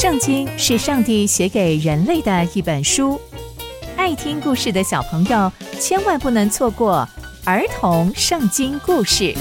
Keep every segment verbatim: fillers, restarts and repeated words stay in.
圣经是上帝写给人类的一本书，爱听故事的小朋友千万不能错过儿童圣经故事。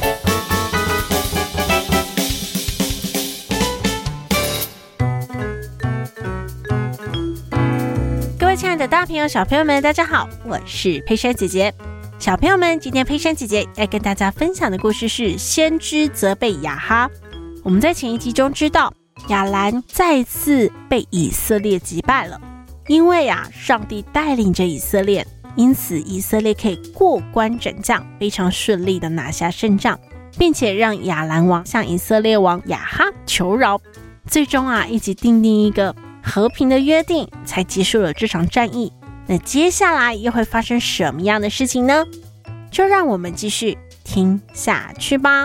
各位亲爱的大朋友小朋友们，大家好，我是佩珊姐姐。小朋友们，今天佩珊姐姐要跟大家分享的故事是先知责备亚哈。我们在前一集中知道亚兰再次被以色列击败了，因为啊，上帝带领着以色列，因此以色列可以过关斩将，非常顺利的拿下胜仗，并且让亚兰王向以色列王亚哈求饶，最终啊，一起订定一个和平的约定，才结束了这场战役。那接下来又会发生什么样的事情呢？就让我们继续听下去吧。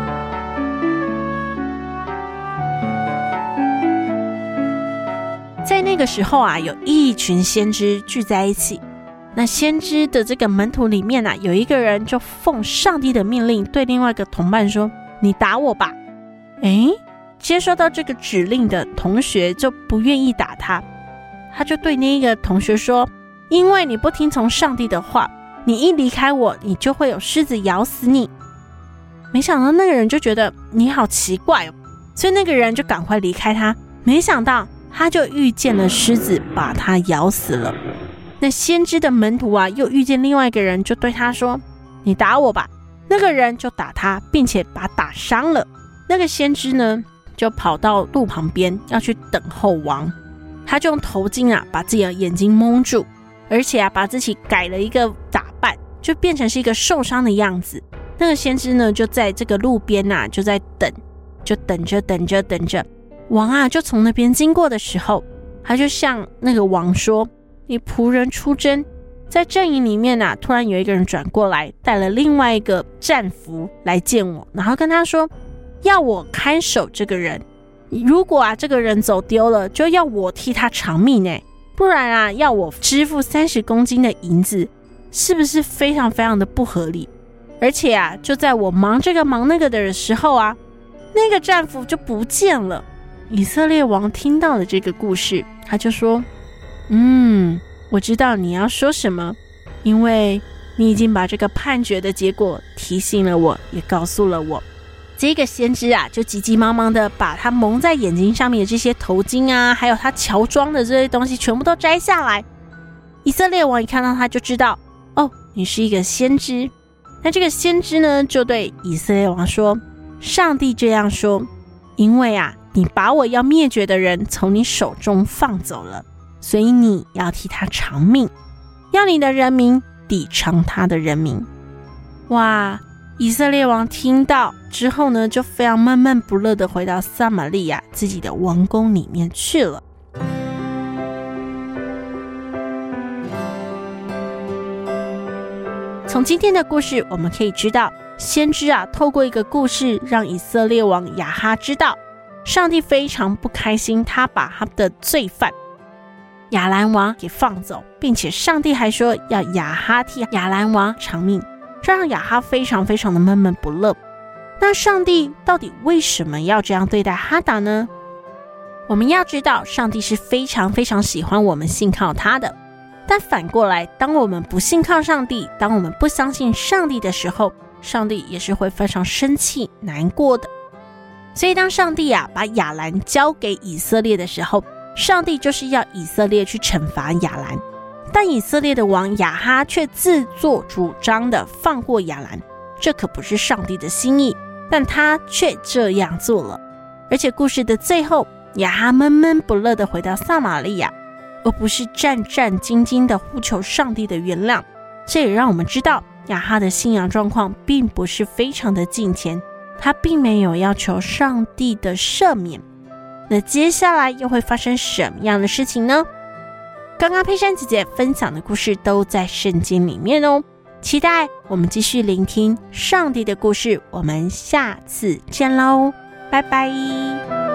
在那个时候啊，有一群先知聚在一起。那先知的这个门徒里面啊，有一个人就奉上帝的命令对另外一个同伴说：“你打我吧。”诶，接收到这个指令的同学就不愿意打他，他就对那个同学说：“因为你不听从上帝的话，你一离开我，你就会有狮子咬死你。”没想到那个人就觉得你好奇怪哦，所以那个人就赶快离开他。没想到他就遇见了狮子，把他咬死了。那先知的门徒啊，又遇见另外一个人，就对他说：“你打我吧。”那个人就打他，并且把他打伤了。那个先知呢，就跑到路旁边要去等候王。他就用头巾啊，把自己的眼睛蒙住，而且啊，把自己改了一个打扮，就变成是一个受伤的样子。那个先知呢，就在这个路边啊，就在等，就等着等着等着。王啊，就从那边经过的时候，他就向那个王说：“你仆人出征。”在阵营里面啊，突然有一个人转过来，带了另外一个战俘来见我，然后跟他说，要我看守这个人，如果啊这个人走丢了，就要我替他偿命呢，不然啊要我支付三十公斤的银子，是不是非常非常的不合理？而且啊，就在我忙这个忙那个的时候啊，那个战俘就不见了。以色列王听到了这个故事，他就说：“嗯，我知道你要说什么，因为你已经把这个判决的结果提醒了我，也告诉了我。”这个先知啊，就急急忙忙的把他蒙在眼睛上面的这些头巾啊，还有他乔装的这些东西全部都摘下来。以色列王一看到他就知道，哦，你是一个先知。那这个先知呢，就对以色列王说：“上帝这样说，因为啊，你把我要灭绝的人从你手中放走了，所以你要替他偿命，要你的人民抵偿他的人民。”哇！以色列王听到之后呢，就非常闷闷不乐的回到撒玛利亚自己的王宫里面去了。从今天的故事我们可以知道，先知啊，透过一个故事让以色列王亚哈知道，上帝非常不开心，他把他的罪犯亚兰王给放走，并且上帝还说要亚哈替亚兰王偿命，这让亚哈非常非常的闷闷不乐。那上帝到底为什么要这样对待哈达呢？我们要知道，上帝是非常非常喜欢我们信靠他的，但反过来，当我们不信靠上帝，当我们不相信上帝的时候，上帝也是会非常生气难过的。所以当上帝啊把亚兰交给以色列的时候，上帝就是要以色列去惩罚亚兰，但以色列的王亚哈却自作主张的放过亚兰，这可不是上帝的心意，但他却这样做了。而且故事的最后，亚哈闷闷不乐的回到撒玛利亚，而不是战战兢兢的呼求上帝的原谅。这也让我们知道，亚哈的信仰状况并不是非常的敬虔，他并没有要求上帝的赦免。那接下来又会发生什么样的事情呢？刚刚佩珊姐姐分享的故事都在圣经里面哦，期待我们继续聆听上帝的故事，我们下次见喽，拜拜。